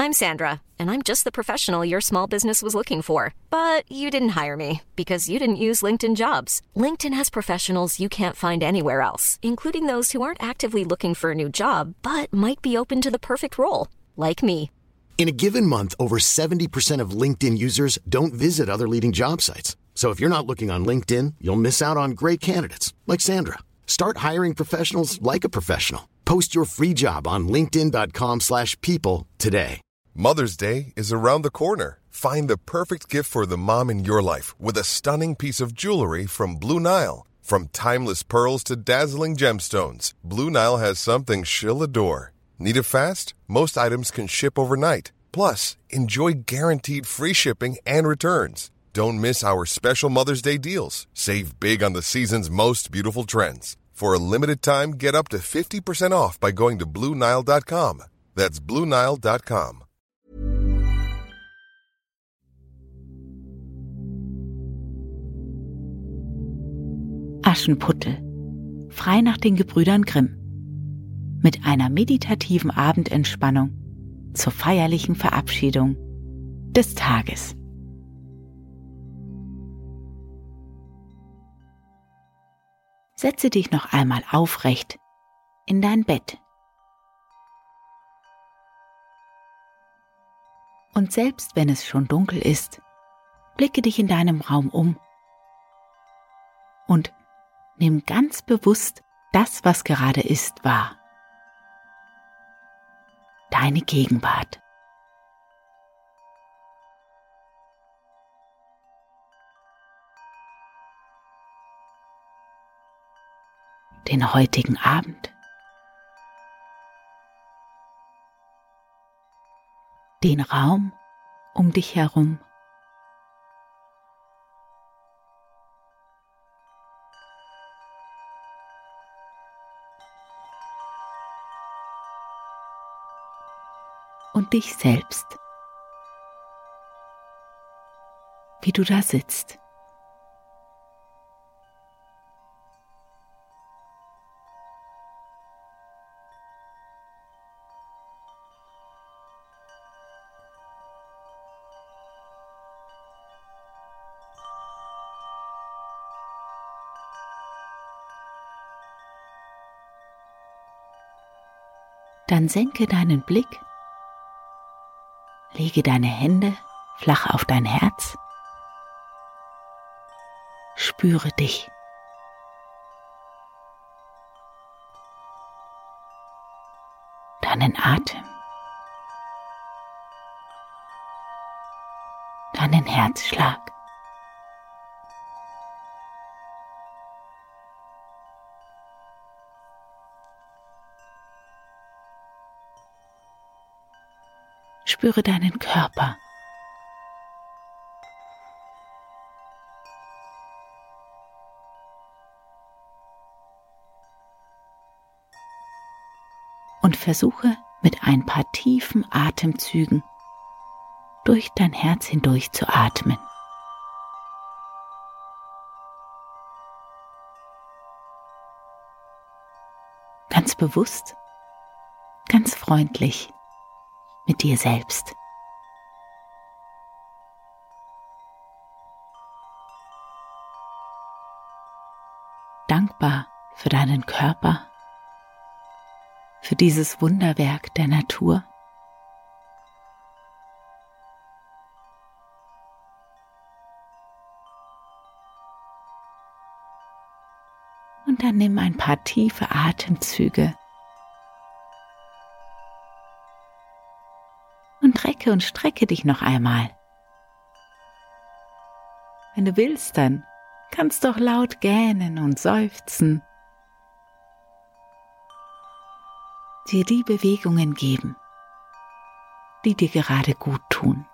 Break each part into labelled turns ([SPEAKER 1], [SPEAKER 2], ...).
[SPEAKER 1] I'm Sandra, and I'm just the professional your small business was looking for. But you didn't hire me because you didn't use LinkedIn Jobs. LinkedIn has professionals you can't find anywhere else, including those who aren't actively looking for a new job, but might be open to the perfect role, like me.
[SPEAKER 2] In a given month, over 70% of LinkedIn users don't visit other leading job sites. So if you're not looking on LinkedIn, you'll miss out on great candidates like Sandra. Start hiring professionals like a professional. Post your free job on linkedin.com/people today.
[SPEAKER 3] Mother's Day is around the corner. Find the perfect gift for the mom in your life with a stunning piece of jewelry from Blue Nile. From timeless pearls to dazzling gemstones, Blue Nile has something she'll adore. Need it fast? Most items can ship overnight. Plus, enjoy guaranteed free shipping and returns. Don't miss our special Mother's Day deals. Save big on the season's most beautiful trends. For a limited time, get up to 50% off by going to BlueNile.com. That's BlueNile.com.
[SPEAKER 4] Aschenputtel. Frei nach den Gebrüdern Grimm. Mit einer meditativen Abendentspannung zur feierlichen Verabschiedung des Tages. Setze dich noch einmal aufrecht in dein Bett. Und selbst wenn es schon dunkel ist, blicke dich in deinem Raum um und nimm ganz bewusst das, was gerade ist, wahr. Deine Gegenwart. Den heutigen Abend. Den Raum um dich herum. Und dich selbst, wie du da sitzt. Dann senke deinen Blick. Lege deine Hände flach auf dein Herz. Spüre dich. Deinen Atem. Deinen Herzschlag. Spüre deinen Körper. Und versuche mit ein paar tiefen Atemzügen durch dein Herz hindurch zu atmen. Ganz bewusst, ganz freundlich. Mit dir selbst. Dankbar für deinen Körper, für dieses Wunderwerk der Natur. Und dann nimm ein paar tiefe Atemzüge und recke und strecke dich noch einmal. Wenn du willst, dann kannst du auch laut gähnen und seufzen. Dir die Bewegungen geben, die dir gerade gut tun.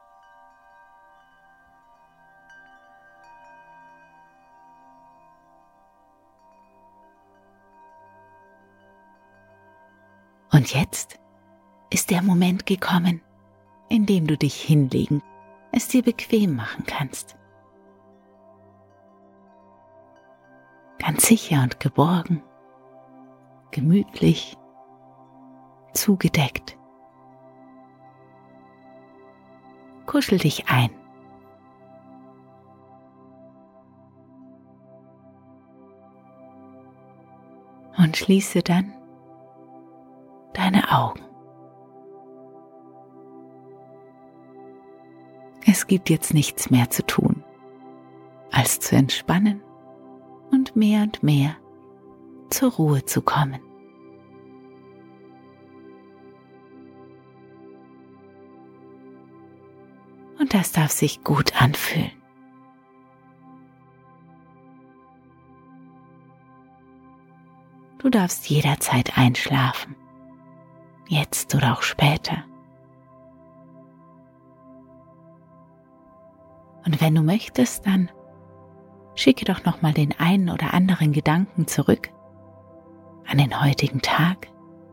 [SPEAKER 4] Und jetzt ist der Moment gekommen, in dem du dich hinlegen, es dir bequem machen kannst. Ganz sicher und geborgen, gemütlich, zugedeckt. kuschel dich ein. Und schließe dann deine Augen. Es gibt jetzt nichts mehr zu tun, als zu entspannen und mehr zur Ruhe zu kommen. Und das darf sich gut anfühlen. Du darfst jederzeit einschlafen, jetzt oder auch später. Und wenn du möchtest, dann schicke doch noch mal den einen oder anderen Gedanken zurück an den heutigen Tag.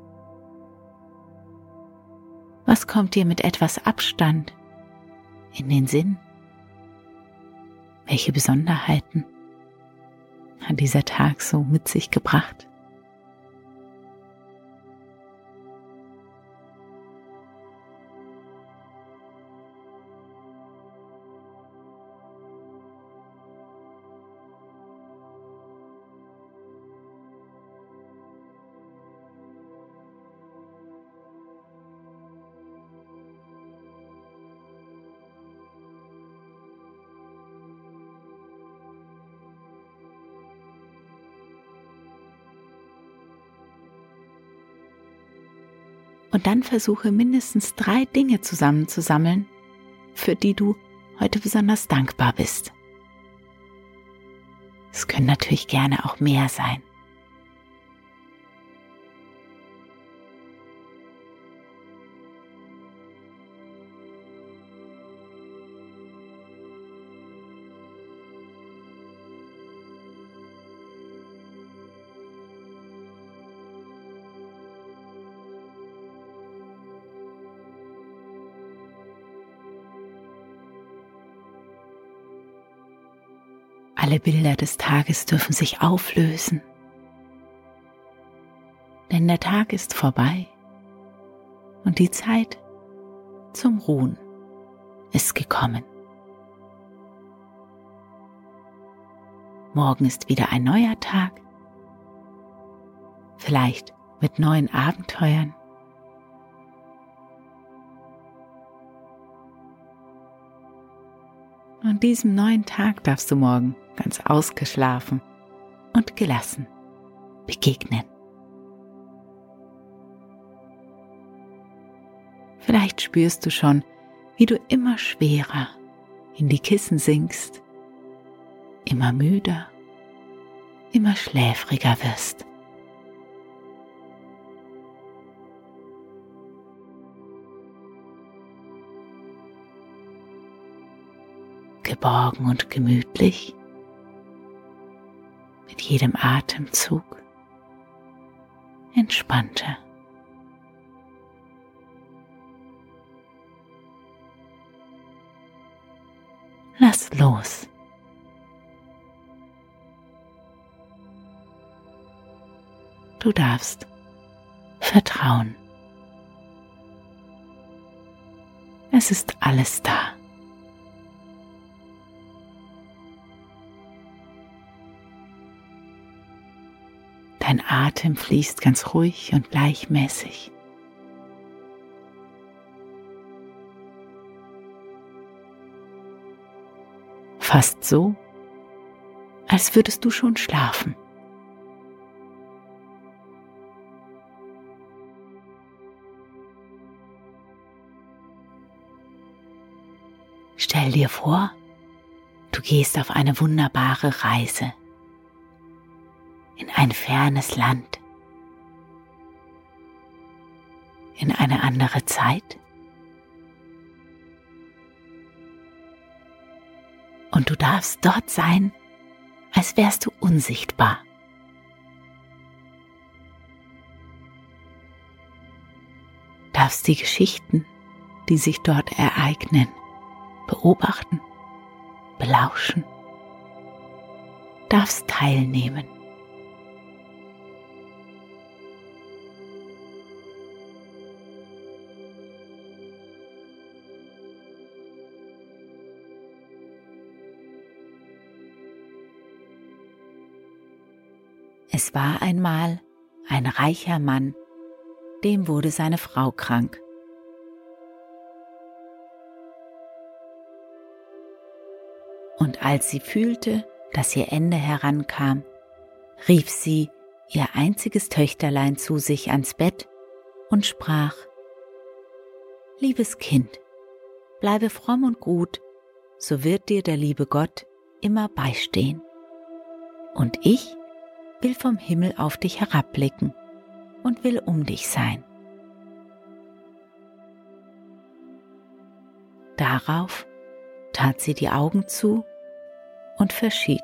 [SPEAKER 4] Was kommt dir mit etwas Abstand in den Sinn? Welche Besonderheiten hat dieser Tag so mit sich gebracht? Und dann versuche mindestens 3 Dinge zusammenzusammeln, für die du heute besonders dankbar bist. Es können natürlich gerne auch mehr sein. Alle Bilder des Tages dürfen sich auflösen, denn der Tag ist vorbei und die Zeit zum Ruhen ist gekommen. Morgen ist wieder ein neuer Tag, vielleicht mit neuen Abenteuern. Und diesem neuen Tag darfst du morgen ganz ausgeschlafen und gelassen begegnen. Vielleicht spürst du schon, wie du immer schwerer in die Kissen sinkst, immer müder, immer schläfriger wirst. Geborgen und gemütlich, mit jedem Atemzug entspannter. Lass los. Du darfst vertrauen. Es ist alles da. Dein Atem fließt ganz ruhig und gleichmäßig. Fast so, als würdest du schon schlafen. Stell dir vor, du gehst auf eine wunderbare Reise in ein fernes Land, in eine andere Zeit. Und du darfst dort sein, als wärst du unsichtbar. Darfst die Geschichten, die sich dort ereignen, beobachten, belauschen, darfst teilnehmen. Es war einmal ein reicher Mann, dem wurde seine Frau krank. Und als sie fühlte, dass ihr Ende herankam, rief sie ihr einziges Töchterlein zu sich ans Bett und sprach: »Liebes Kind, bleibe fromm und gut, so wird dir der liebe Gott immer beistehen. Und ich will vom Himmel auf dich herabblicken und will um dich sein.« Darauf tat sie die Augen zu und verschied.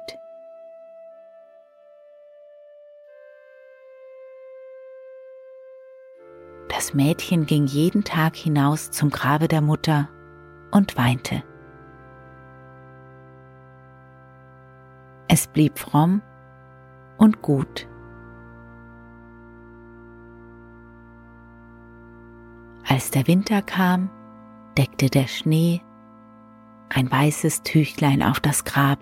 [SPEAKER 4] Das Mädchen ging jeden Tag hinaus zum Grabe der Mutter und weinte. Es blieb fromm und gut. Als der Winter kam, deckte der Schnee ein weißes Tüchlein auf das Grab.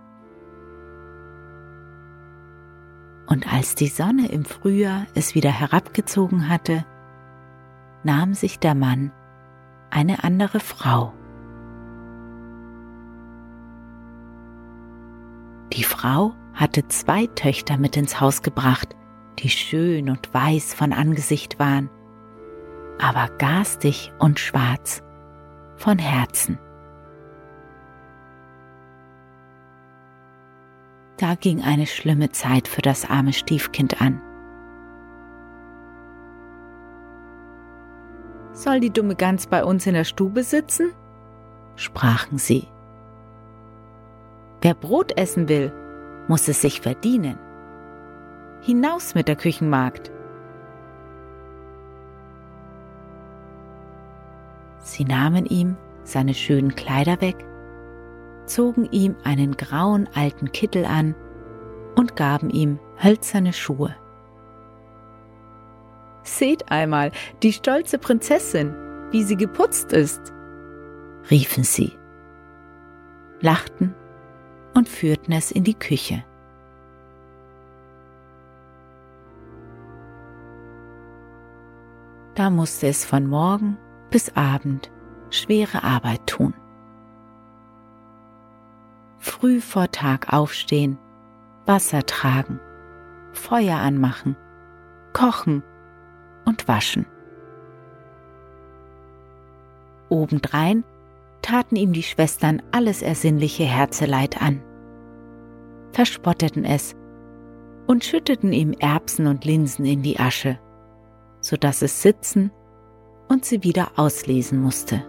[SPEAKER 4] Und als die Sonne im Frühjahr es wieder herabgezogen hatte, nahm sich der Mann eine andere Frau. Die Frau hatte 2 Töchter mit ins Haus gebracht, die schön und weiß von Angesicht waren, aber garstig und schwarz von Herzen. Da ging eine schlimme Zeit für das arme Stiefkind an. »Soll die dumme Gans bei uns in der Stube sitzen?« sprachen sie. »Wer Brot essen will, muss es sich verdienen. Hinaus mit der Küchenmagd!« Sie nahmen ihm seine schönen Kleider weg, zogen ihm einen grauen alten Kittel an und gaben ihm hölzerne Schuhe. »Seht einmal, die stolze Prinzessin, wie sie geputzt ist«, riefen sie, lachten und führten es in die Küche. Da musste es von Morgen bis Abend schwere Arbeit tun. Früh vor Tag aufstehen, Wasser tragen, Feuer anmachen, kochen und waschen. Obendrein taten ihm die Schwestern alles ersinnliche Herzeleid an, verspotteten es und schütteten ihm Erbsen und Linsen in die Asche, so dass es sitzen und sie wieder auslesen musste.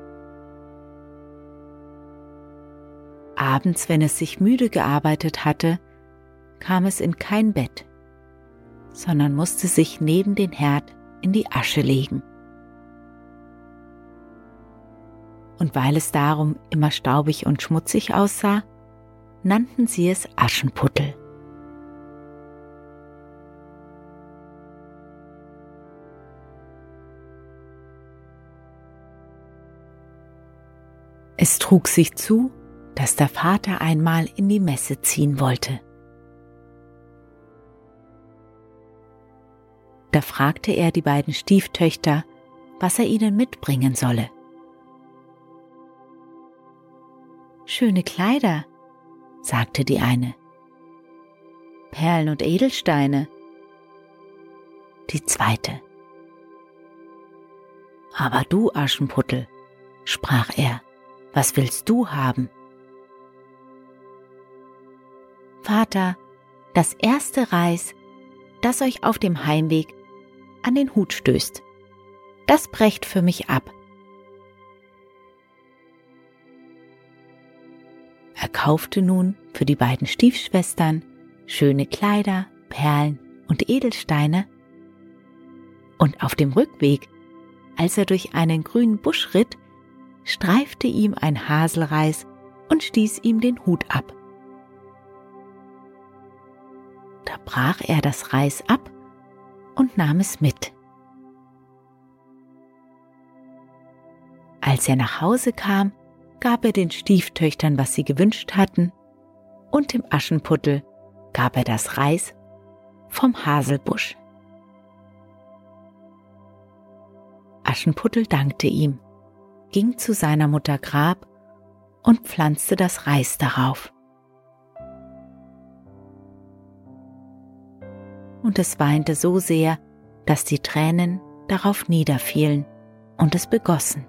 [SPEAKER 4] Abends, wenn es sich müde gearbeitet hatte, kam es in kein Bett, sondern musste sich neben den Herd in die Asche legen. Und weil es darum immer staubig und schmutzig aussah, nannten sie es Aschenputtel. Es trug sich zu, dass der Vater einmal in die Messe ziehen wollte. Da fragte er die beiden Stieftöchter, was er ihnen mitbringen solle. »Schöne Kleider«, sagte die eine. »Perlen und Edelsteine«, die zweite. »Aber du, Aschenputtel«, sprach er, »was willst du haben?« »Vater, das erste Reis, das euch auf dem Heimweg an den Hut stößt, das brecht für mich ab.« Er kaufte nun für die beiden Stiefschwestern schöne Kleider, Perlen und Edelsteine, und auf dem Rückweg, als er durch einen grünen Busch ritt, streifte ihm ein Haselreis und stieß ihm den Hut ab. Da brach er das Reis ab und nahm es mit. Als er nach Hause kam, gab er den Stieftöchtern, was sie gewünscht hatten, und dem Aschenputtel gab er das Reis vom Haselbusch. Aschenputtel dankte ihm, ging zu seiner Mutter Grab und pflanzte das Reis darauf. Und es weinte so sehr, dass die Tränen darauf niederfielen und es begossen.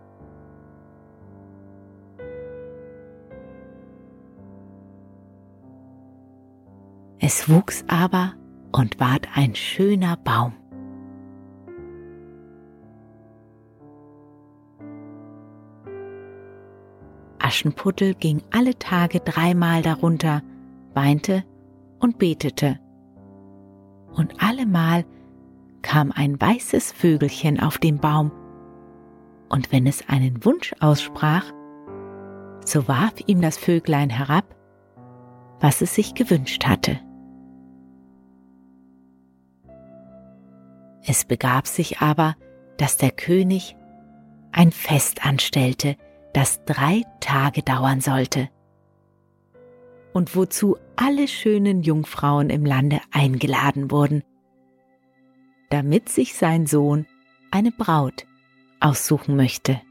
[SPEAKER 4] Es wuchs aber und ward ein schöner Baum. Aschenputtel ging alle Tage 3-mal darunter, weinte und betete. Und allemal kam ein weißes Vögelchen auf den Baum, und wenn es einen Wunsch aussprach, so warf ihm das Vöglein herab, was es sich gewünscht hatte. Es begab sich aber, dass der König ein Fest anstellte, das 3 Tage dauern sollte und wozu alle schönen Jungfrauen im Lande eingeladen wurden, damit sich sein Sohn eine Braut aussuchen möchte.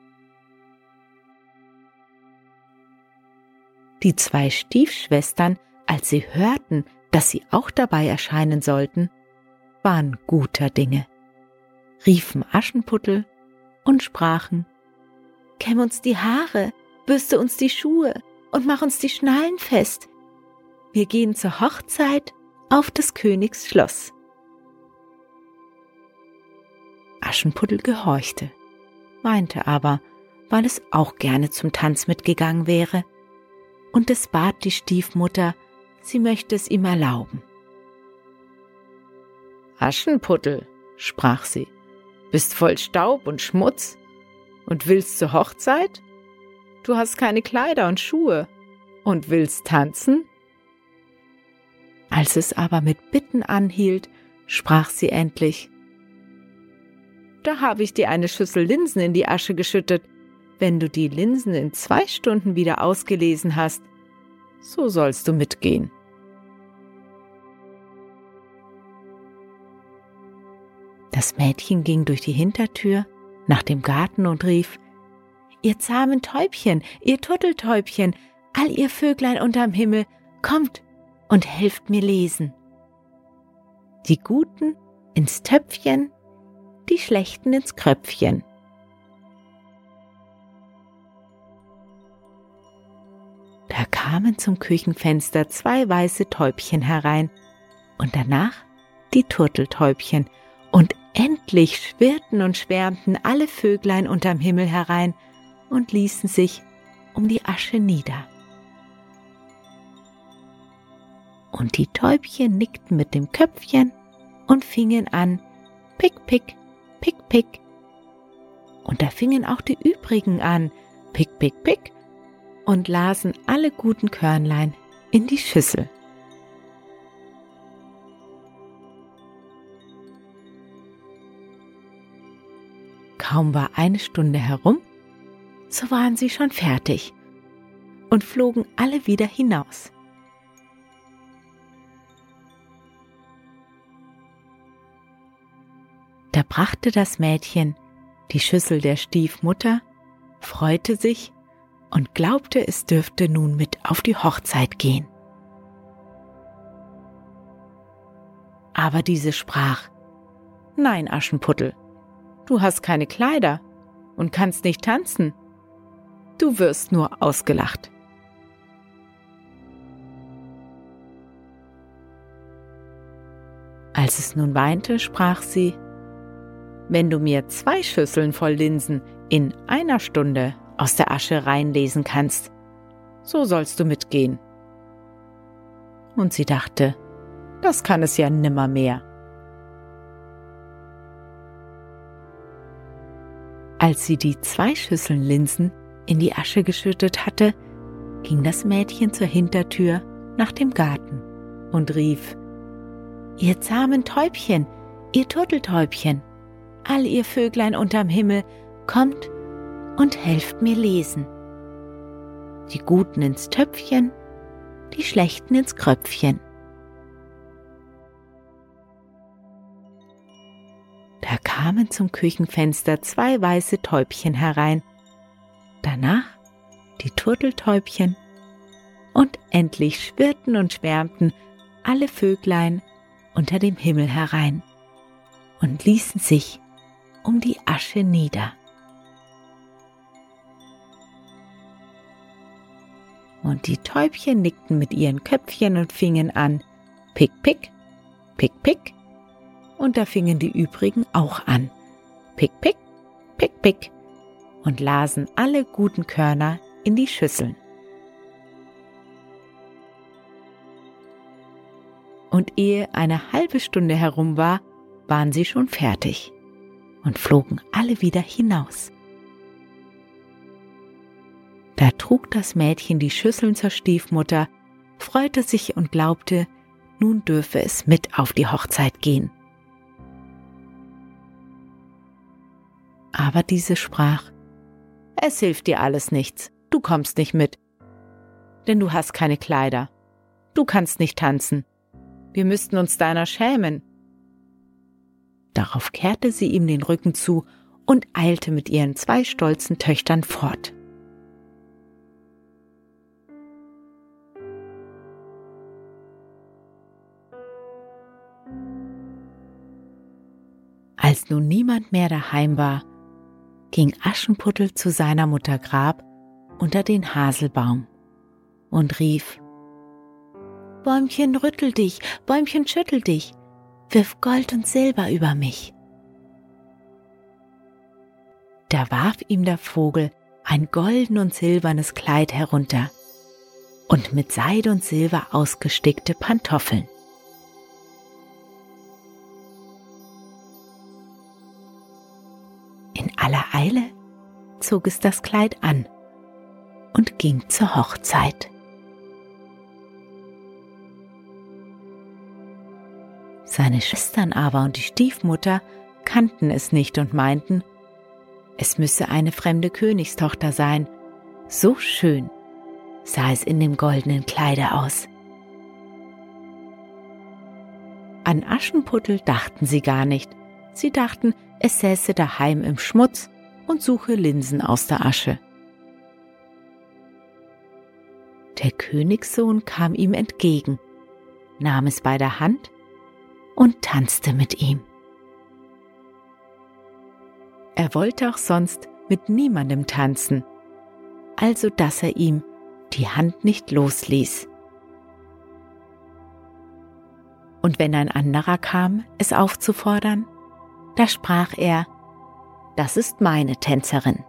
[SPEAKER 4] Die 2 Stiefschwestern, als sie hörten, dass sie auch dabei erscheinen sollten, waren guter Dinge, riefen Aschenputtel und sprachen: Kämm uns die Haare, bürste uns die Schuhe und mach uns die Schnallen fest. Wir gehen zur Hochzeit auf des Königs Schloss. Aschenputtel gehorchte, weinte aber, weil es auch gerne zum Tanz mitgegangen wäre, und es bat die Stiefmutter, sie möchte es ihm erlauben. »Aschenputtel«, sprach sie, »bist voll Staub und Schmutz und willst zur Hochzeit? Du hast keine Kleider und Schuhe und willst tanzen?« Als es aber mit Bitten anhielt, sprach sie endlich: »Da habe ich dir eine Schüssel Linsen in die Asche geschüttet. Wenn du die Linsen in 2 Stunden wieder ausgelesen hast, so sollst du mitgehen.« Das Mädchen ging durch die Hintertür nach dem Garten und rief: »Ihr zahmen Täubchen, ihr Turteltäubchen, all ihr Vöglein unterm Himmel, kommt und helft mir lesen. Die Guten ins Töpfchen, die Schlechten ins Kröpfchen.« Da kamen zum Küchenfenster 2 weiße Täubchen herein und danach die Turteltäubchen, und endlich schwirrten und schwärmten alle Vöglein unterm Himmel herein und ließen sich um die Asche nieder. Und die Täubchen nickten mit dem Köpfchen und fingen an: Pick, pick, pick, pick. Und da fingen auch die übrigen an: Pick, pick, pick, und lasen alle guten Körnlein in die Schüssel. Kaum war 1 Stunde herum, so waren sie schon fertig und flogen alle wieder hinaus. Da brachte das Mädchen die Schüssel der Stiefmutter, freute sich und glaubte, es dürfte nun mit auf die Hochzeit gehen. Aber diese sprach: »Nein, Aschenputtel, du hast keine Kleider und kannst nicht tanzen. Du wirst nur ausgelacht.« Als es nun weinte, sprach sie: »Wenn du mir 2 Schüsseln voll Linsen in 1 Stunde aus der Asche reinlesen kannst, so sollst du mitgehen.« Und sie dachte: Das kann es ja nimmermehr. Als sie die 2 Schüsseln Linsen in die Asche geschüttet hatte, ging das Mädchen zur Hintertür nach dem Garten und rief: »Ihr zahmen Täubchen, ihr Turteltäubchen, all ihr Vöglein unterm Himmel, kommt und helft mir lesen. Die Guten ins Töpfchen, die Schlechten ins Kröpfchen.« kamen zum Küchenfenster 2 weiße Täubchen herein, danach die Turteltäubchen und endlich schwirrten und schwärmten alle Vöglein unter dem Himmel herein und ließen sich um die Asche nieder. Und die Täubchen nickten mit ihren Köpfchen und fingen an, pick, pick, pick, pick. Und da fingen die übrigen auch an, pick, pick, pick, pick, und lasen alle guten Körner in die Schüsseln. Und ehe eine halbe Stunde herum war, waren sie schon fertig und flogen alle wieder hinaus. Da trug das Mädchen die Schüsseln zur Stiefmutter, freute sich und glaubte, nun dürfe es mit auf die Hochzeit gehen. Aber diese sprach, es hilft dir alles nichts, du kommst nicht mit, denn du hast keine Kleider, du kannst nicht tanzen, wir müssten uns deiner schämen. Darauf kehrte sie ihm den Rücken zu und eilte mit ihren 2 stolzen Töchtern fort. Als nun niemand mehr daheim war, ging Aschenputtel zu seiner Mutter Grab unter den Haselbaum und rief, Bäumchen, rüttel dich, Bäumchen, schüttel dich, wirf Gold und Silber über mich. Da warf ihm der Vogel ein golden und silbernes Kleid herunter und mit Seide und Silber ausgestickte Pantoffeln. In aller Eile zog es das Kleid an und ging zur Hochzeit. Seine Schwestern aber und die Stiefmutter kannten es nicht und meinten, es müsse eine fremde Königstochter sein, so schön sah es in dem goldenen Kleide aus. An Aschenputtel dachten sie gar nicht, sie dachten, es säße daheim im Schmutz und suche Linsen aus der Asche. Der Königssohn kam ihm entgegen, nahm es bei der Hand und tanzte mit ihm. Er wollte auch sonst mit niemandem tanzen, also dass er ihm die Hand nicht losließ. Und wenn ein anderer kam, es aufzufordern, da sprach er, das ist meine Tänzerin.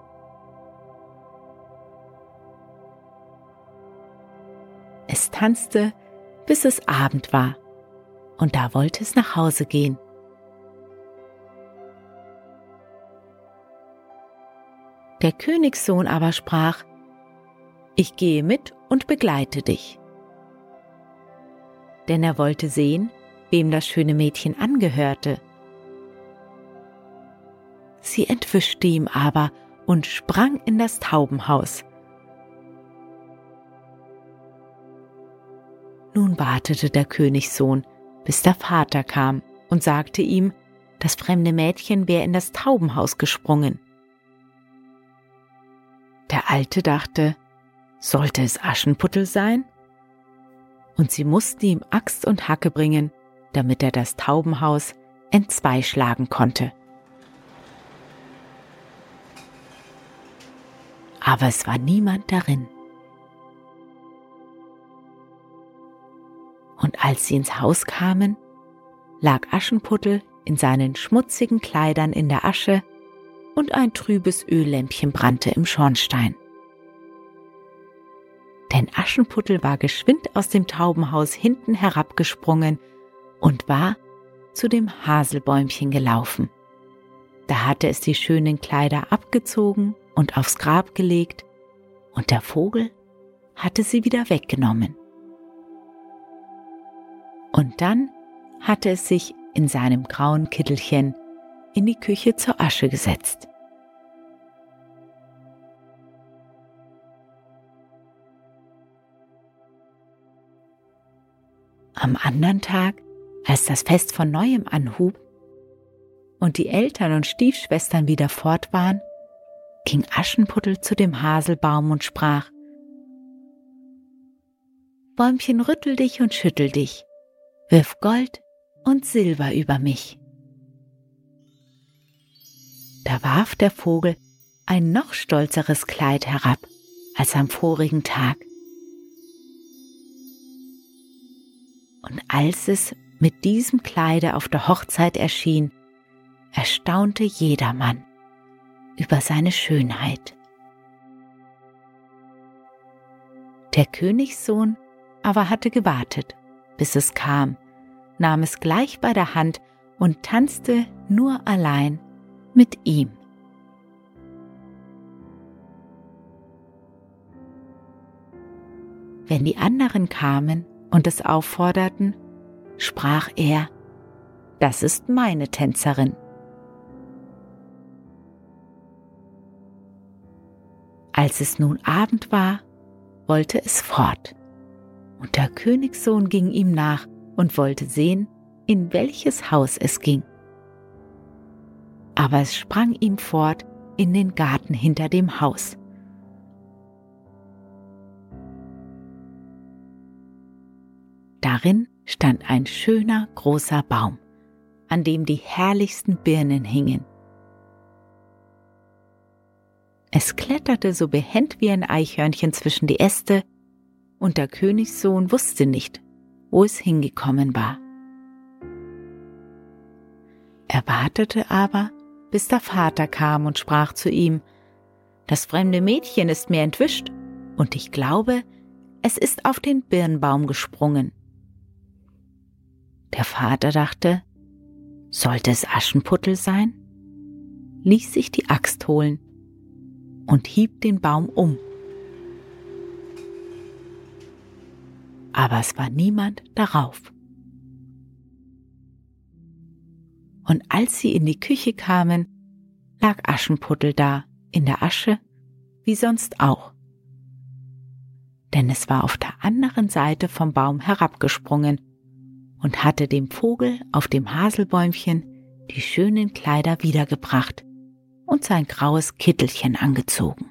[SPEAKER 4] Es tanzte, bis es Abend war, und da wollte es nach Hause gehen. Der Königssohn aber sprach, ich gehe mit und begleite dich. Denn er wollte sehen, wem das schöne Mädchen angehörte. Sie entwischte ihm aber und sprang in das Taubenhaus. Nun wartete der Königssohn, bis der Vater kam und sagte ihm, das fremde Mädchen wäre in das Taubenhaus gesprungen. Der Alte dachte, sollte es Aschenputtel sein? Und sie mussten ihm Axt und Hacke bringen, damit er das Taubenhaus entzwei schlagen konnte. Aber es war niemand darin. Und als sie ins Haus kamen, lag Aschenputtel in seinen schmutzigen Kleidern in der Asche und ein trübes Öllämpchen brannte im Schornstein. Denn Aschenputtel war geschwind aus dem Taubenhaus hinten herabgesprungen und war zu dem Haselbäumchen gelaufen. Da hatte es die schönen Kleider abgezogen und aufs Grab gelegt, und der Vogel hatte sie wieder weggenommen. Und dann hatte es sich in seinem grauen Kittelchen in die Küche zur Asche gesetzt. Am andern Tag, als das Fest von neuem anhub und die Eltern und Stiefschwestern wieder fort waren, ging Aschenputtel zu dem Haselbaum und sprach: Bäumchen, rüttel dich und schüttel dich, wirf Gold und Silber über mich. Da warf der Vogel ein noch stolzeres Kleid herab als am vorigen Tag. Und als es mit diesem Kleide auf der Hochzeit erschien, erstaunte jedermann über seine Schönheit. Der Königssohn aber hatte gewartet, bis es kam, nahm es gleich bei der Hand und tanzte nur allein mit ihm. Wenn die anderen kamen und es aufforderten, sprach er: Das ist meine Tänzerin. Als es nun Abend war, wollte es fort, und der Königssohn ging ihm nach und wollte sehen, in welches Haus es ging. Aber es sprang ihm fort in den Garten hinter dem Haus. Darin stand ein schöner großer Baum, an dem die herrlichsten Birnen hingen. Es kletterte so behend wie ein Eichhörnchen zwischen die Äste, und der Königssohn wusste nicht, wo es hingekommen war. Er wartete aber, bis der Vater kam und sprach zu ihm: Das fremde Mädchen ist mir entwischt, und ich glaube, es ist auf den Birnbaum gesprungen. Der Vater dachte: Sollte es Aschenputtel sein? Ließ sich die Axt holen und hieb den Baum um. Aber es war niemand darauf. Und als sie in die Küche kamen, lag Aschenputtel da, in der Asche, wie sonst auch. Denn es war auf der anderen Seite vom Baum herabgesprungen und hatte dem Vogel auf dem Haselbäumchen die schönen Kleider wiedergebracht und sein graues Kittelchen angezogen.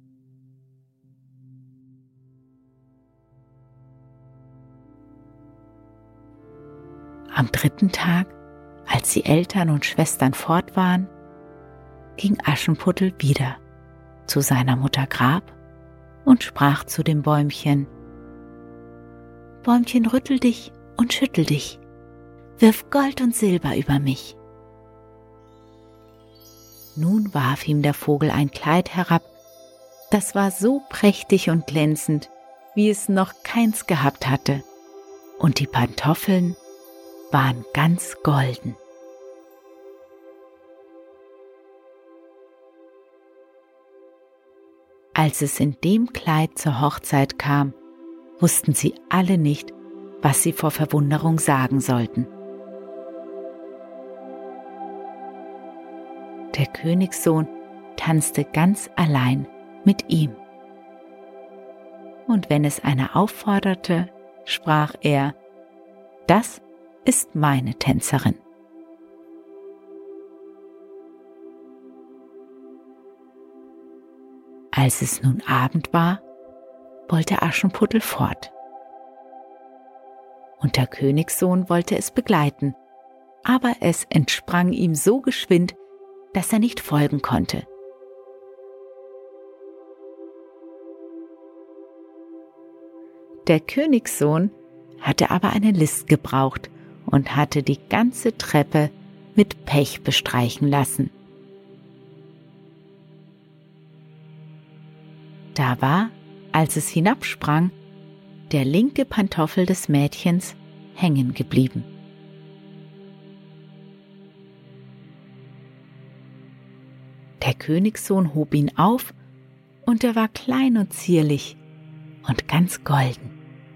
[SPEAKER 4] Am 3. Tag, als die Eltern und Schwestern fort waren, ging Aschenputtel wieder zu seiner Mutter Grab und sprach zu dem Bäumchen: Bäumchen, rüttel dich und schüttel dich, wirf Gold und Silber über mich. Nun warf ihm der Vogel ein Kleid herab, das war so prächtig und glänzend, wie es noch keins gehabt hatte, und die Pantoffeln waren ganz golden. Als es in dem Kleid zur Hochzeit kam, wussten sie alle nicht, was sie vor Verwunderung sagen sollten. Der Königssohn tanzte ganz allein mit ihm. Und wenn es einer aufforderte, sprach er: Das ist meine Tänzerin. Als es nun Abend war, wollte Aschenputtel fort. Und der Königssohn wollte es begleiten, aber es entsprang ihm so geschwind, dass er nicht folgen konnte. Der Königssohn hatte aber eine List gebraucht und hatte die ganze Treppe mit Pech bestreichen lassen. Da war, als es hinabsprang, der linke Pantoffel des Mädchens hängen geblieben. Der Königssohn hob ihn auf, und er war klein und zierlich und ganz golden.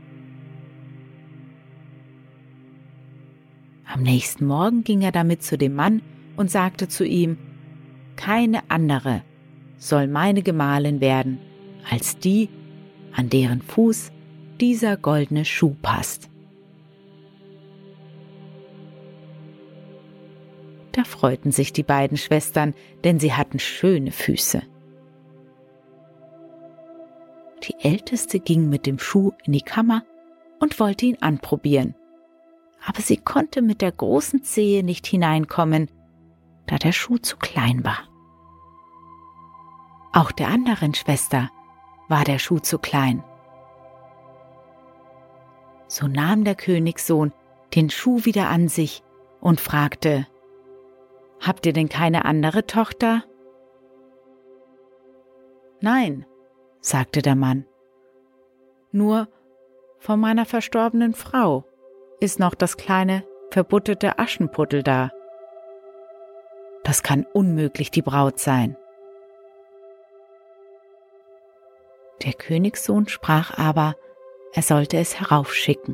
[SPEAKER 4] Am nächsten Morgen ging er damit zu dem Mann und sagte zu ihm: Keine andere soll meine Gemahlin werden, als die, an deren Fuß dieser goldene Schuh passt. Da freuten sich die beiden Schwestern, denn sie hatten schöne Füße. Die Älteste ging mit dem Schuh in die Kammer und wollte ihn anprobieren. Aber sie konnte mit der großen Zehe nicht hineinkommen, da der Schuh zu klein war. Auch der anderen Schwester war der Schuh zu klein. So nahm der Königssohn den Schuh wieder an sich und fragte: »Habt ihr denn keine andere Tochter?« »Nein«, sagte der Mann, »nur von meiner verstorbenen Frau ist noch das kleine, verbutterte Aschenputtel da. Das kann unmöglich die Braut sein.« Der Königssohn sprach aber, er sollte es heraufschicken.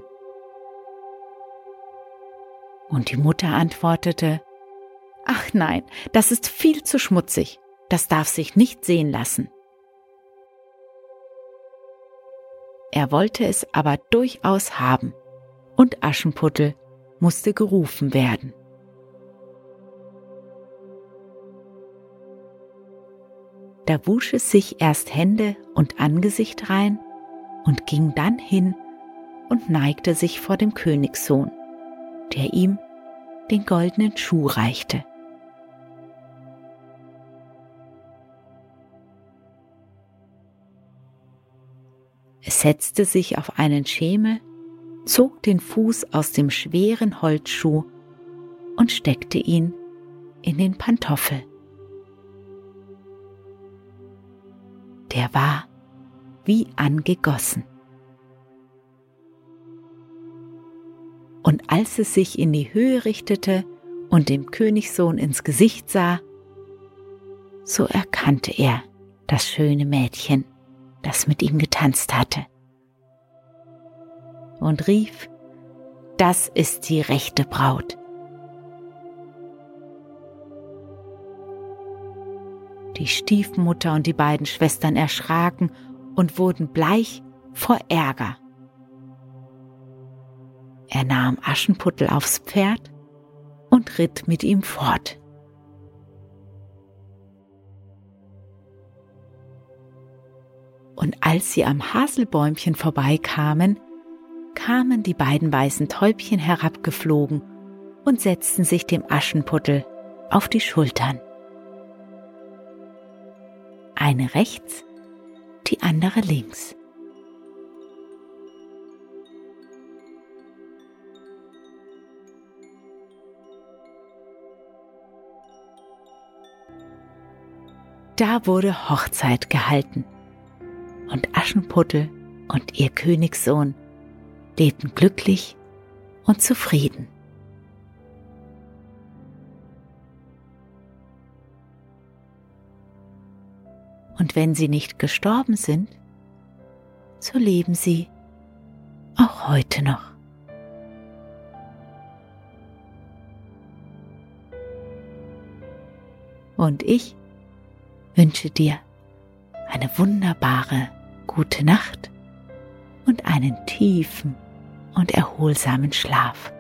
[SPEAKER 4] Und die Mutter antwortete: »Ach nein, das ist viel zu schmutzig, das darf sich nicht sehen lassen.« Er wollte es aber durchaus haben, und Aschenputtel musste gerufen werden. Da wusch es sich erst Hände und Angesicht rein und ging dann hin und neigte sich vor dem Königssohn, der ihm den goldenen Schuh reichte. Es setzte sich auf einen Schemel, zog den Fuß aus dem schweren Holzschuh und steckte ihn in den Pantoffel. Der war wie angegossen. Und als es sich in die Höhe richtete und dem Königssohn ins Gesicht sah, so erkannte er das schöne Mädchen, das mit ihm getanzt hatte, und rief: »Das ist die rechte Braut.« Die Stiefmutter und die beiden Schwestern erschraken und wurden bleich vor Ärger. Er nahm Aschenputtel aufs Pferd und ritt mit ihm fort. Und als sie am Haselbäumchen vorbeikamen, kamen die beiden weißen Täubchen herabgeflogen und setzten sich dem Aschenputtel auf die Schultern. Eine rechts, die andere links. Da wurde Hochzeit gehalten und Aschenputtel und ihr Königssohn lebten glücklich und zufrieden. Und wenn sie nicht gestorben sind, so leben sie auch heute noch. Und ich wünsche dir eine wunderbare gute Nacht und einen tiefen und erholsamen Schlaf.